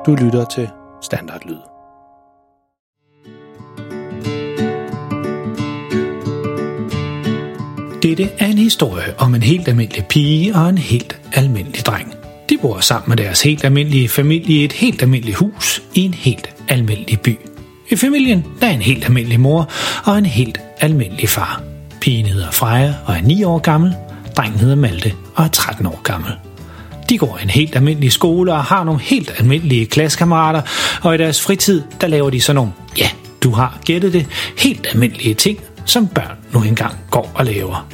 Du lytter til Standardlyd. Dette er en historie om en helt almindelig pige og en helt almindelig dreng. De bor sammen med deres helt almindelige familie i et helt almindeligt hus i en helt almindelig by. I familien der er en helt almindelig mor og en helt almindelig far. Pigen hedder Freja og er 9 år gammel. Drengen hedder Malte og er 13 år gammel. De går i en helt almindelig skole og har nogle helt almindelige klassekammerater, og i deres fritid, der laver de sådan nogle, ja, du har gættet det, helt almindelige ting, som børn nu engang går og laver.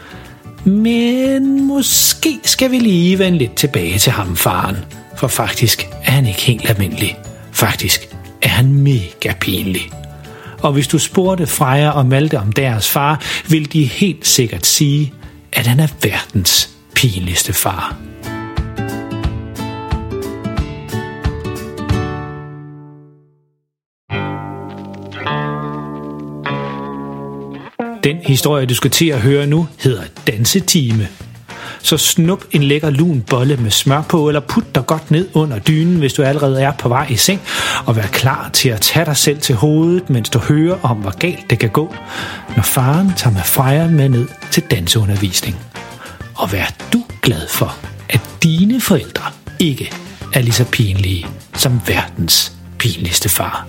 Men måske skal vi lige vende lidt tilbage til ham, faren, for faktisk er han ikke helt almindelig. Faktisk er han mega pinlig. Og hvis du spurgte Freja og Malte om deres far, vil de helt sikkert sige, at han er verdens pinligste far. Den historie, du skal til at høre nu, hedder Dansetime. Så snup en lækker lun bolle med smør på, eller put dig godt ned under dynen, hvis du allerede er på vej i seng, og vær klar til at tage dig selv til hovedet, mens du hører om, hvor galt det kan gå, når faren tager med Freja med ned til danseundervisning. Og vær du glad for, at dine forældre ikke er lige så pinlige som verdens pinligste far.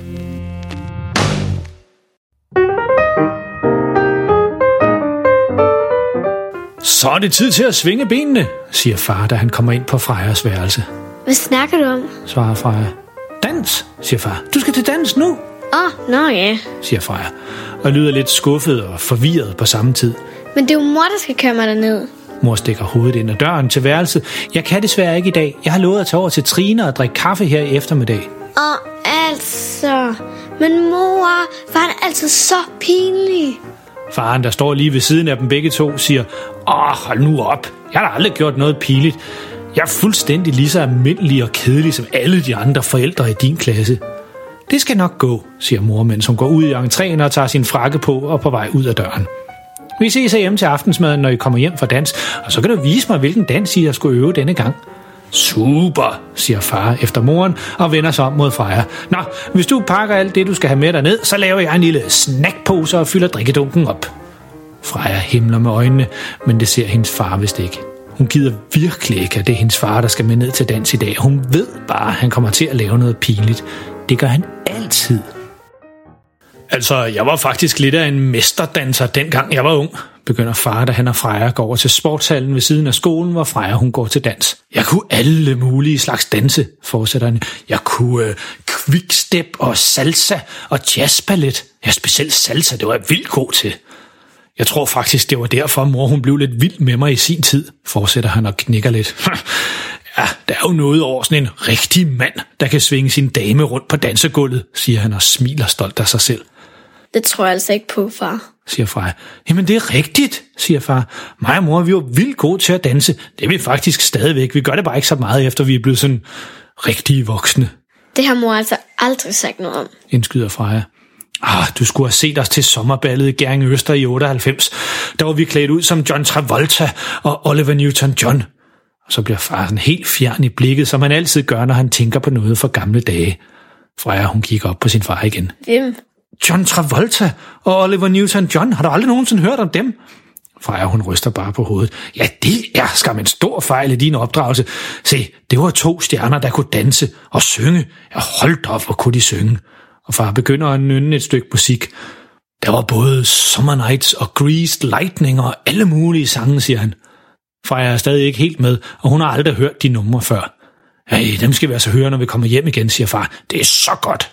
Så er det tid til at svinge benene, siger far, da han kommer ind på Frejas værelse. Hvad snakker du om? Svarer Freja. Dans, siger far. Du skal til dans nu. Nå ja, siger Freja, og lyder lidt skuffet og forvirret på samme tid. men det er jo mor, der skal køre mig derned. Mor stikker hovedet ind ad døren til værelset. Jeg kan desværre ikke i dag. Jeg har lovet at tage over til Trine og drikke kaffe her i eftermiddag. Men mor, var han altid så pinlig? Faren, der står lige ved siden af dem begge to, siger, hold nu op. Jeg har aldrig gjort noget pinligt. Jeg er fuldstændig lige så almindelig og kedelig som alle de andre forældre i din klasse. Det skal nok gå, siger mor, mens hun går ud i entréen og tager sin frakke på og på vej ud af døren. Vi ses hjemme til aftensmaden, når I kommer hjem fra dans, og så kan du vise mig, hvilken dans I skulle øve denne gang. Super, siger far efter moren og vender sig om mod Freja. Nå, hvis du pakker alt det, du skal have med dig ned, så laver jeg en lille snackpose og fylder drikkedunken op. Freja himler med øjnene, men det ser hendes far vist ikke. Hun gider virkelig ikke, at det er hendes far, der skal med ned til dans i dag. Hun ved bare, at han kommer til at lave noget pinligt. Det gør han altid. Altså, jeg var faktisk lidt af en mesterdanser, dengang jeg var ung, begynder far, da han og Freja går over til sportshallen ved siden af skolen, hvor Freja hun går til dans. Jeg kunne alle mulige slags danse, fortsætter han. Jeg kunne quickstep og salsa og jazzballet. Ja, specielt salsa, det var jeg vildt god til. Jeg tror faktisk, det var derfor, mor hun blev lidt vild med mig i sin tid, fortsætter han og knikker lidt. Ja, der er jo noget over sådan en rigtig mand, der kan svinge sin dame rundt på dansegulvet, siger han og smiler stolt af sig selv. Det tror jeg altså ikke på, far, siger Freja. Jamen det er rigtigt, siger far. Mig og mor, vi var vildt gode til at danse. Det er vi faktisk stadigvæk. Vi gør det bare ikke så meget, efter vi er blevet sådan rigtige voksne. Det har mor altså aldrig sagt noget om, indskyder Freja. Du skulle have set os til sommerballet i Gjerring Øster i 98. Der var vi klædt ud som John Travolta og Oliver Newton-John. Og så bliver far sådan helt fjern i blikket, som han altid gør, når han tænker på noget fra gamle dage. Freja, hun kigger op på sin far igen. Hvem? John Travolta og Oliver Newton-John. Har du aldrig nogensinde hørt om dem? Freja, hun ryster bare på hovedet. Ja, det er skam en stor fejl i din opdragelse. Se, det var 2 stjerner, der kunne danse og synge. Ja, hold op, hvor kunne de synge. Og far begynder at nynne et stykke musik. Der var både Summer Nights og Greased Lightning og alle mulige sange, siger han. Freja er stadig ikke helt med, og hun har aldrig hørt de numre før. Ja, dem skal vi altså høre, når vi kommer hjem igen, siger far. Det er så godt.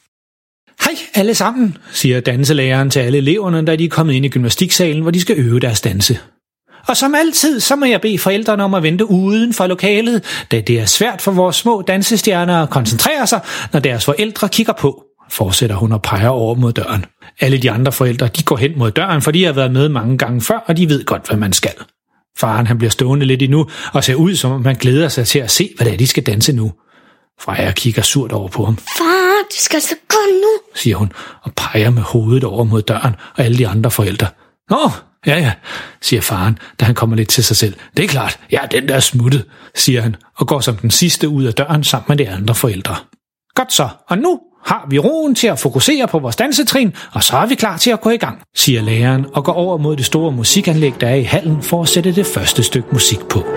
Hej alle sammen, siger danselæreren til alle eleverne, da de er kommet ind i gymnastiksalen, hvor de skal øve deres danse. Og som altid, så må jeg bede forældrene om at vente uden for lokalet, da det er svært for vores små dansestjerner at koncentrere sig, når deres forældre kigger på, fortsætter hun og peger over mod døren. Alle de andre forældre, de går hen mod døren, for de har været med mange gange før, og de ved godt, hvad man skal. Faren, han bliver stående lidt endnu, og ser ud, som om han glæder sig til at se, hvad det er, de skal danse nu. Freja kigger surt over på ham. Far, du skal altså gå nu, siger hun, og peger med hovedet over mod døren og alle de andre forældre. Nå, ja, siger faren, da han kommer lidt til sig selv. Det er klart, ja, den der er smuttet, siger han, og går som den sidste ud af døren sammen med de andre forældre. Godt så, og nu har vi roen til at fokusere på vores dansetrin, og så er vi klar til at gå i gang, siger læreren og går over mod det store musikanlæg, der er i hallen, for at sætte det første stykke musik på.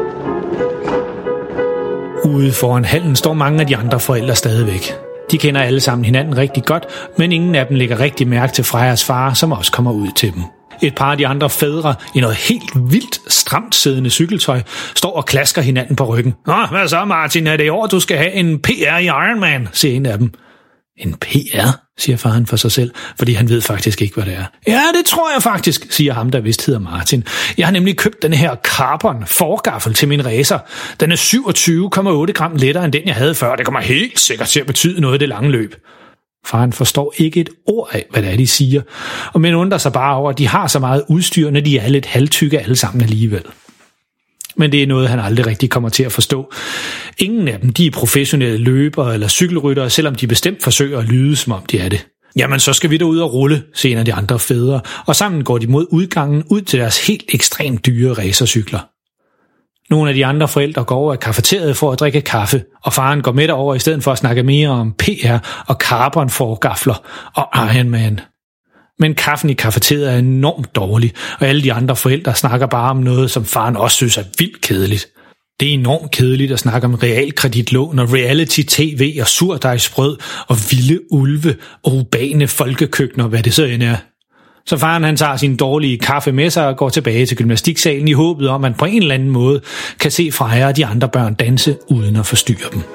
Ude foran hallen står mange af de andre forældre stadigvæk. De kender alle sammen hinanden rigtig godt, men ingen af dem lægger rigtig mærke til Frejas far, som også kommer ud til dem. Et par af de andre fædre i noget helt vildt stramt siddende cykeltøj står og klasker hinanden på ryggen. Nå, hvad så Martin, er det i år, du skal have en PR i Ironman, siger en af dem. En PR, siger faren for sig selv, fordi han ved faktisk ikke, hvad det er. Ja, det tror jeg faktisk, siger ham, der vist hedder Martin. Jeg har nemlig købt den her Carbon forgaffel til min racer. Den er 27,8 gram lettere end den, jeg havde før. Det kommer helt sikkert til at betyde noget i det lange løb. Faren forstår ikke et ord af, hvad det er, de siger, og men undrer sig bare over, at de har så meget udstyr, når de er lidt halvtykke alle sammen alligevel. Men det er noget, han aldrig rigtig kommer til at forstå. Ingen af dem, de er professionelle løbere eller cykelryttere, selvom de bestemt forsøger at lyde, som om de er det. Jamen, så skal vi derud og rulle, siger en af de andre fædre, og sammen går de mod udgangen ud til deres helt ekstremt dyre racercykler. Nogle af de andre forældre går over i cafeteriet for at drikke kaffe, og faren går med derover i stedet for at snakke mere om PR og carbonforgafler og Ironman. Men kaffen i cafeteriet er enormt dårlig, og alle de andre forældre snakker bare om noget, som faren også synes er vildt kedeligt. Det er enormt kedeligt at snakke om realkreditlån og reality-tv og surdejsbrød og vilde ulve og urbane folkekøkkener, hvad det så end er. Så faren han tager sin dårlige kaffe med sig og går tilbage til gymnastiksalen i håbet om, at på en eller anden måde kan se Freja og de andre børn danse uden at forstyrre dem.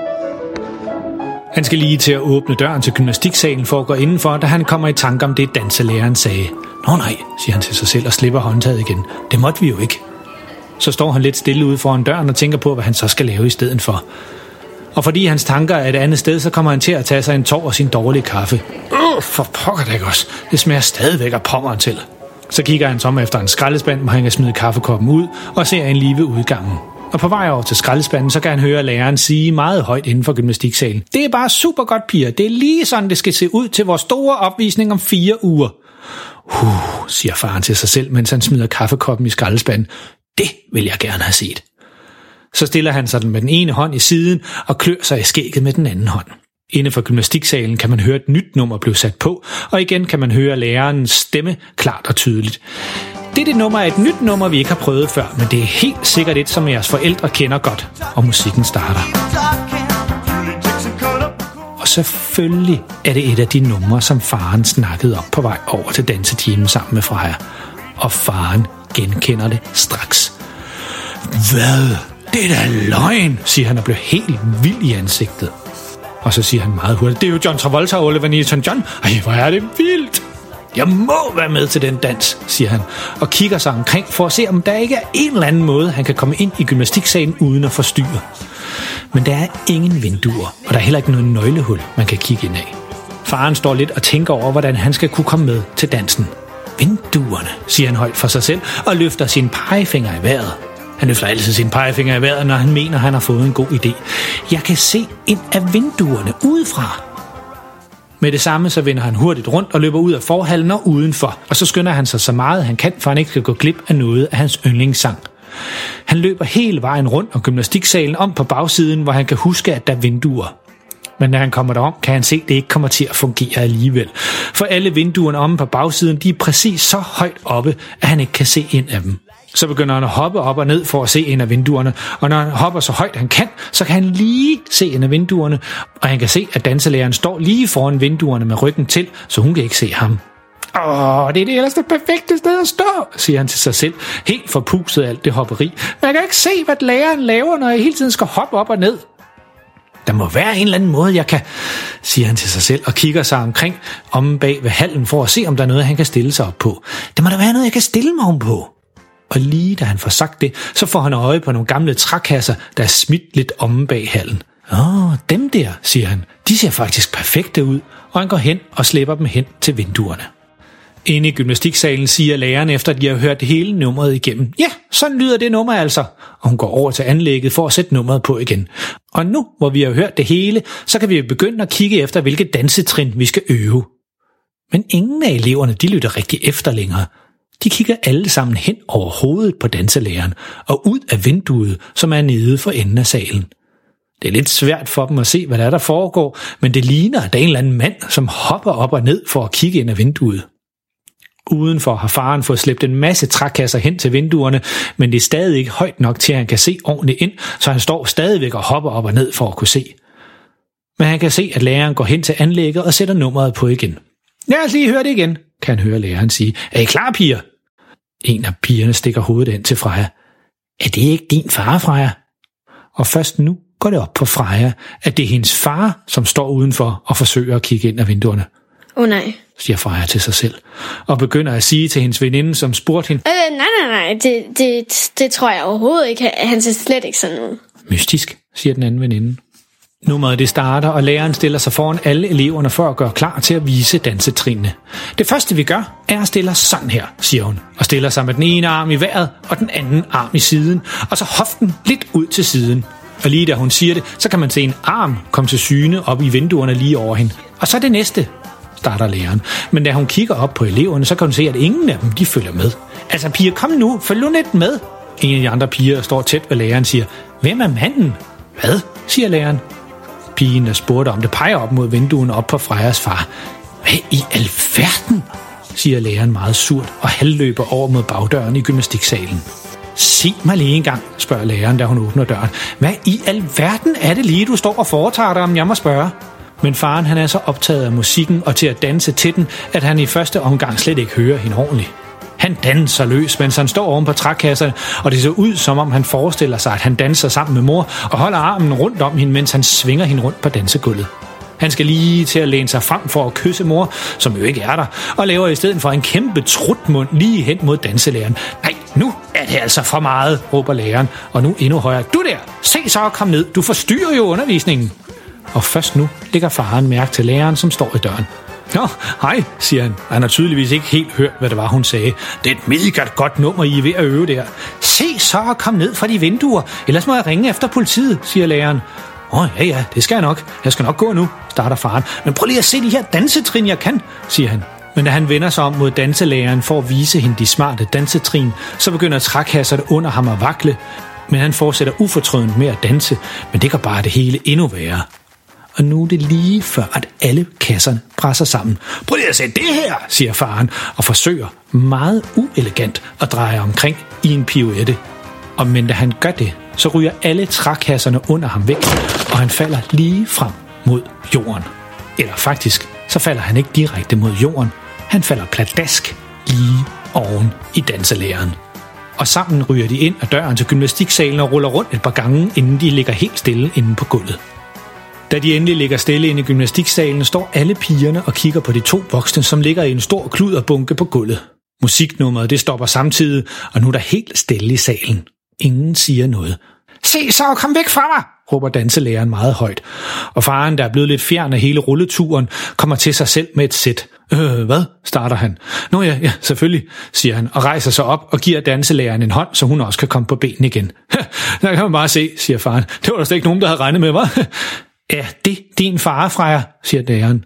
Han skal lige til at åbne døren til gymnastiksalen for at gå indenfor, da han kommer i tanke om det, danselæreren sagde. Nå nej, siger han til sig selv og slipper håndtaget igen. Det måtte vi jo ikke. Så står han lidt stille ude foran døren og tænker på, hvad han så skal lave i stedet for. Og fordi hans tanker er et andet sted, så kommer han til at tage sig en tår og sin dårlige kaffe. For pokker det ikke også. Det smager stadigvæk af pommeren til. Så kigger han som efter en skraldespand, hvor han kan smide kaffekoppen ud og ser en lige ved udgangen. Og på vej over til skraldespanden, så kan han høre læreren sige meget højt inden for gymnastiksalen. Det er bare super godt, piger. Det er lige sådan, det skal se ud til vores store opvisning om 4 uger. Siger faren til sig selv, mens han smider kaffekoppen i skraldespanden. Det vil jeg gerne have set. Så stiller han sig den med den ene hånd i siden og klør sig i skægget med den anden hånd. Inde for gymnastiksalen kan man høre et nyt nummer blive sat på, og igen kan man høre lærerens stemme klart og tydeligt. Dette nummer er et nyt nummer, vi ikke har prøvet før, men det er helt sikkert et, som jeres forældre kender godt, og musikken starter. Og selvfølgelig er det et af de numre, som faren snakkede op på vej over til dansetimen sammen med Freja. Og faren genkender det straks. Hvad? Det er da løgn, siger han og bliver helt vild i ansigtet. Og så siger han meget hurtigt, det er jo John Travolta og Olivia Newton-John. Ej, hvor er det vildt. Jeg må være med til den dans, siger han, og kigger sig omkring for at se, om der ikke er en eller anden måde, han kan komme ind i gymnastiksalen uden at forstyrre. Men der er ingen vinduer, og der er heller ikke noget nøglehul, man kan kigge ind af. Faren står lidt og tænker over, hvordan han skal kunne komme med til dansen. Vinduerne, siger han højt for sig selv, og løfter sin pegefinger i vejret. Han løfter altid sin pegefinger i vejret, når han mener, han har fået en god idé. Jeg kan se ind af vinduerne udefra. Med det samme så vender han hurtigt rundt og løber ud af forhallen og udenfor, og så skynder han sig så meget han kan, for han ikke skal gå glip af noget af hans yndlingssang. Han løber hele vejen rundt om gymnastiksalen om på bagsiden, hvor han kan huske, at der er vinduer. Men når han kommer derom, kan han se, at det ikke kommer til at fungere alligevel. For alle vinduerne omme på bagsiden, de er præcis så højt oppe, at han ikke kan se ind af dem. Så begynder han at hoppe op og ned for at se ind af vinduerne, og når han hopper så højt han kan, så kan han lige se ind af vinduerne, og han kan se, at danselæreren står lige foran vinduerne med ryggen til, så hun kan ikke se ham. Det er det ellers det perfekte sted at stå, siger han til sig selv, helt forpustet af alt det hopperi. Men jeg kan ikke se, hvad læreren laver, når jeg hele tiden skal hoppe op og ned. Der må være en eller anden måde, jeg kan, siger han til sig selv, og kigger sig omkring omme bag ved hallen for at se, om der er noget, han kan stille sig op på. Der må der være noget, jeg kan stille mig om på. Og lige da han får sagt det, så får han øje på nogle gamle trækasser, der er smidt lidt omme bag hallen. Dem der, siger han, de ser faktisk perfekte ud, og han går hen og slæber dem hen til vinduerne. Inde i gymnastiksalen siger læreren, efter at de har hørt hele nummeret igennem. Ja, sådan lyder det nummer altså. Og hun går over til anlægget for at sætte nummeret på igen. Og nu, hvor vi har hørt det hele, så kan vi begynde at kigge efter, hvilke dansetrin vi skal øve. Men ingen af eleverne, de lytter rigtig efter længere. De kigger alle sammen hen over hovedet på danselæreren og ud af vinduet, som er nede for enden af salen. Det er lidt svært for dem at se, hvad der foregår, men det ligner, at der er en eller anden mand, som hopper op og ned for at kigge ind ad vinduet. Udenfor har faren fået slæbt en masse trækasser hen til vinduerne, men det er stadig ikke højt nok til, at han kan se ordentligt ind, så han står stadigvæk og hopper op og ned for at kunne se. Men han kan se, at læreren går hen til anlægget og sætter nummeret på igen. Lad os lige høre det igen, kan han høre læreren sige. Er I klar, piger? En af pigerne stikker hovedet ind til Freja. Er det ikke din far, Freja? Og først nu går det op på Freja, at det er hendes far, som står udenfor og forsøger at kigge ind ad vinduerne. Nej, siger Freja til sig selv, og begynder at sige til hendes veninde, som spurgte hende. Nej, det tror jeg overhovedet ikke. Han ser slet ikke sådan ud. Mystisk, siger den anden veninde. Nummeret det starter, og læreren stiller sig foran alle eleverne for at gøre klar til at vise dansetrinene. Det første vi gør, er at stille os sådan her, siger hun, og stiller sig med den ene arm i vejret og den anden arm i siden, og så hoften lidt ud til siden. Og lige da hun siger det, så kan man se en arm komme til syne op i vinduerne lige over hende. Og så det næste, starter læreren. Men da hun kigger op på eleverne, så kan hun se, at ingen af dem de følger med. Altså piger, kom nu, følg nu lidt med. En af de andre piger står tæt ved læreren siger, hvem er manden? Hvad? Siger læreren. Pigen, der spurgte om det, peger op mod vinduerne op på Frejas far. Hvad i alverden? Siger læreren meget surt og halvløber over mod bagdøren i gymnastiksalen. Se mig lige en gang, spørger læreren, da hun åbner døren. Hvad i alverden er det lige, du står og foretager dig, om jeg må spørge? Men faren han er så optaget af musikken og til at danse til den, at han i første omgang slet ikke hører hende ordentligt. Han danser løs, mens han står oven på trækasserne, og det ser ud, som om han forestiller sig, at han danser sammen med mor og holder armen rundt om hende, mens han svinger hende rundt på dansegulvet. Han skal lige til at læne sig frem for at kysse mor, som jo ikke er der, og laver i stedet for en kæmpe trutmund lige hen mod danselæreren. Nej, nu er det altså for meget, råber læreren, og nu endnu højere. Du der, se så og kom ned, du forstyrrer jo undervisningen. Og først nu lægger faren mærke til læreren, som står i døren. Nå, hej, siger han. Han har tydeligvis ikke helt hørt, hvad det var, hun sagde. Det er et mega godt nummer, I er ved at øve der. Se så og kom ned fra de vinduer, ellers må jeg ringe efter politiet, siger læreren. Ja, det skal jeg nok. Jeg skal nok gå nu, starter faren. Men prøv lige at se de her dansetrin, jeg kan, siger han. Men da han vender sig om mod danselæreren for at vise hende de smarte dansetrin, så begynder trækasserne under ham at vakle. Men han fortsætter ufortrødent med at danse, men det gør bare det hele endnu værre. Og nu er det lige før, at alle kasserne presser sammen. Prøv lige at se det her, siger faren, og forsøger meget uelegant at dreje omkring i en pirouette. Og men da han gør det, så ryger alle trækasserne under ham væk, og han falder lige frem mod jorden. Eller faktisk, så falder han ikke direkte mod jorden. Han falder pladask lige oven i danselæreren. Og sammen ryger de ind ad døren til gymnastiksalen og ruller rundt et par gange, inden de ligger helt stille inde på gulvet. Da de endelig ligger stille inde i gymnastiksalen, står alle pigerne og kigger på de to voksne, som ligger i en stor kluderbunke på gulvet. Musiknummeret det stopper samtidig, og nu er der helt stille i salen. Ingen siger noget. Se så, kom væk fra mig, råber danselæreren meget højt. Og faren, der er blevet lidt fjern af hele rulleturen, kommer til sig selv med et sæt. Hvad? Starter han. Nå ja, selvfølgelig, siger han, og rejser sig op og giver danselæreren en hånd, så hun også kan komme på benene igen. Der kan man bare se, siger faren. Det var der slet ikke nogen, der havde regnet med, hva'? Er det din far, Freja, siger læreren.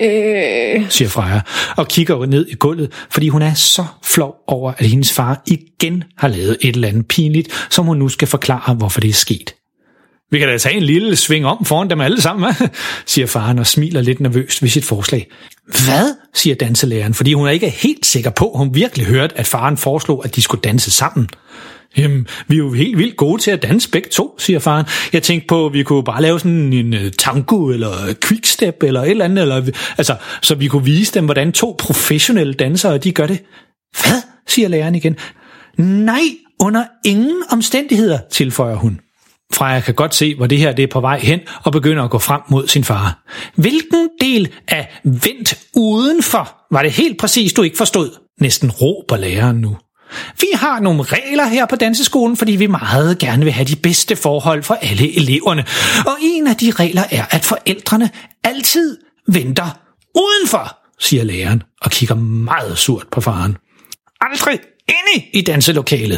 Siger Freja, og kigger ned i gulvet, fordi hun er så flov over, at hendes far igen har lavet et eller andet pinligt, som hun nu skal forklare, hvorfor det er sket. Vi kan da tage en lille sving om foran dem alle sammen, siger faren og smiler lidt nervøst ved sit forslag. Hvad? Siger danselæreren, fordi hun er ikke helt sikker på, at hun virkelig hørte, at faren foreslog, at de skulle danse sammen. Jamen, vi er jo helt vildt gode til at danse begge to, siger faren. Jeg tænkte på, at vi kunne bare lave sådan en tango eller quickstep eller et eller andet, eller, altså, så vi kunne vise dem, hvordan to professionelle dansere, de gør det. Hvad? Siger læreren igen. Nej, under ingen omstændigheder, tilføjer hun. Freja kan godt se, hvor det her det er på vej hen, og begynder at gå frem mod sin far. Hvilken del af vendt udenfor var det helt præcis, du ikke forstod? Næsten råber læreren nu. Vi har nogle regler her på danseskolen, fordi vi meget gerne vil have de bedste forhold for alle eleverne. Og en af de regler er, at forældrene altid venter udenfor, siger læreren og kigger meget surt på faren. Aldrig inde i danselokalet.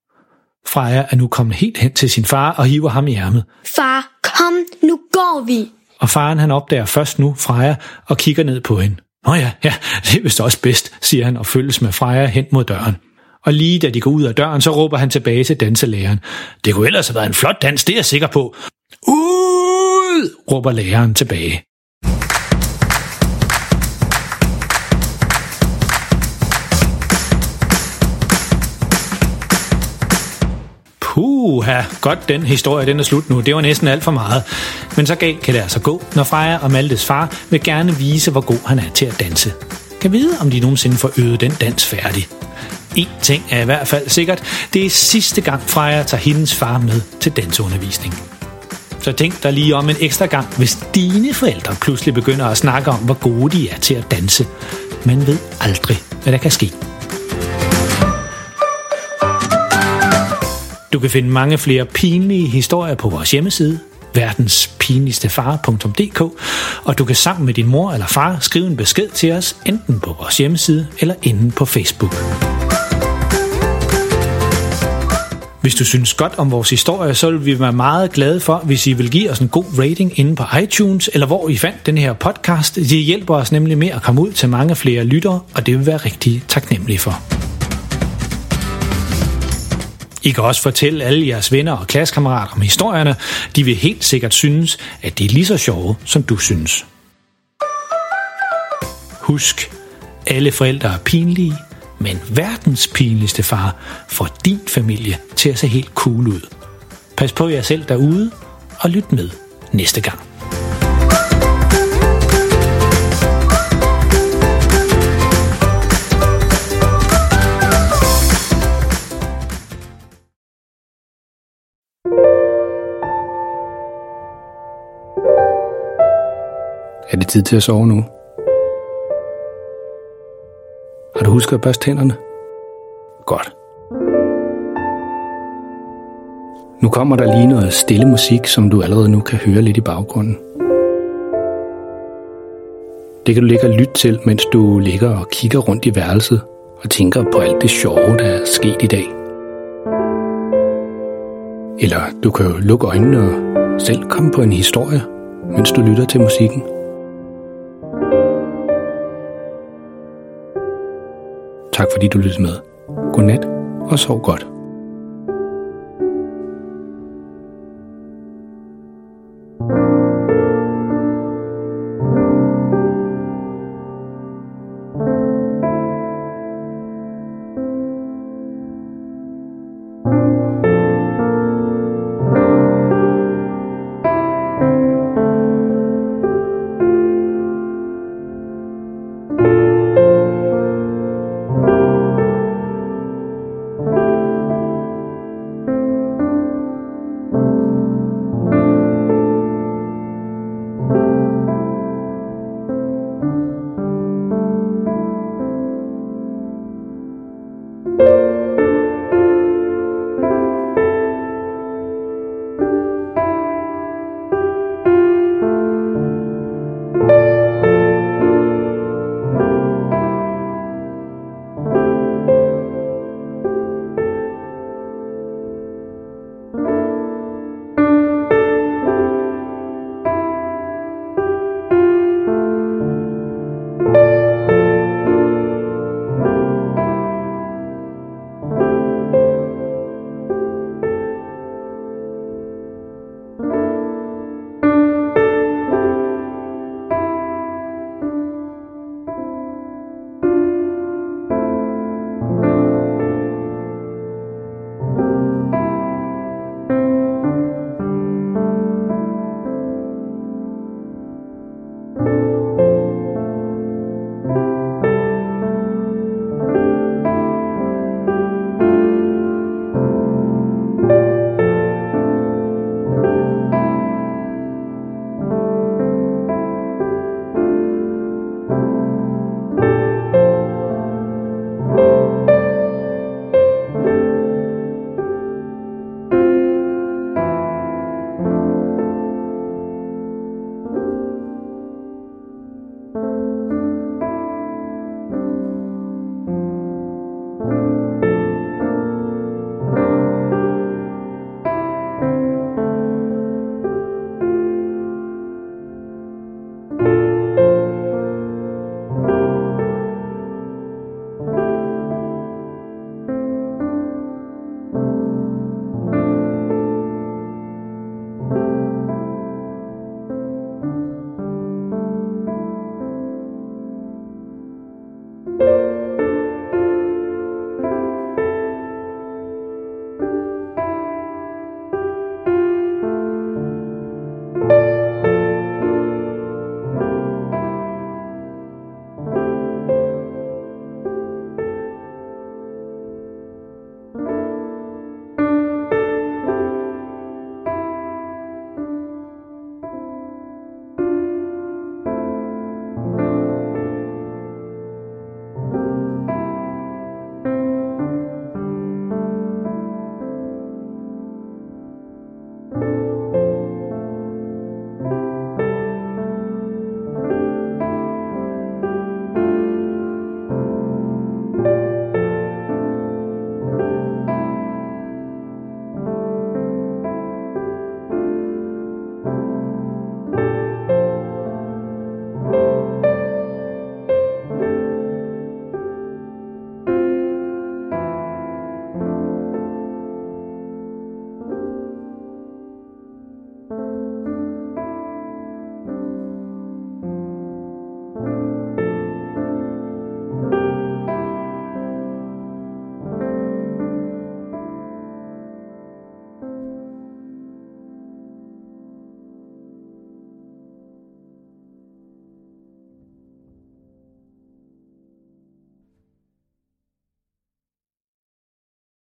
Freja er nu kommet helt hen til sin far og hiver ham i ærmet. Far, kom, nu går vi. Og faren han opdager først nu Freja og kigger ned på hende. Nå ja, det er vist også bedst, siger han og følges med Freja hen mod døren. Og lige da de går ud af døren, så råber han tilbage til danselæreren. Det kunne ellers have været en flot dans, det er jeg sikker på. Ud! Råber læreren tilbage. Puha, godt den historie, den er slut nu. Det var næsten alt for meget. Men så galt kan det altså gå, når Freja og Maltes far vil gerne vise, hvor god han er til at danse. Kan vide, om de nogensinde får øvet den dans færdig. En ting er i hvert fald sikkert. Det er sidste gang Freja tager hendes far med til danseundervisning. Så tænk dig lige om en ekstra gang, hvis dine forældre pludselig begynder at snakke om, hvor gode de er til at danse. Man ved aldrig, hvad der kan ske. Du kan finde mange flere pinlige historier på vores hjemmeside, verdenspinligstefar.dk, og du kan sammen med din mor eller far skrive en besked til os, enten på vores hjemmeside eller inde på Facebook. Hvis du synes godt om vores historie, så vil vi være meget glade for, hvis I vil give os en god rating inde på iTunes, eller hvor I fandt den her podcast. Det hjælper os nemlig med at komme ud til mange flere lyttere, og det vil være rigtig taknemmelige for. I kan også fortælle alle jeres venner og klassekammerater om historierne. De vil helt sikkert synes, at det er lige så sjove, som du synes. Husk, alle forældre er pinlige, men verdens pinligste far får din familie til at se helt cool ud. Pas på jer selv derude, og lyt med næste gang. Er det tid til at sove nu? Har du husket at børste tænderne? Godt. Nu kommer der lige noget stille musik, som du allerede nu kan høre lidt i baggrunden. Det kan du ligge og lytte til, mens du ligger og kigger rundt i værelset og tænker på alt det sjove, der er sket i dag. Eller du kan jo lukke øjnene og selv komme på en historie, mens du lytter til musikken. Tak fordi du lyttede med. Godnat og sov godt.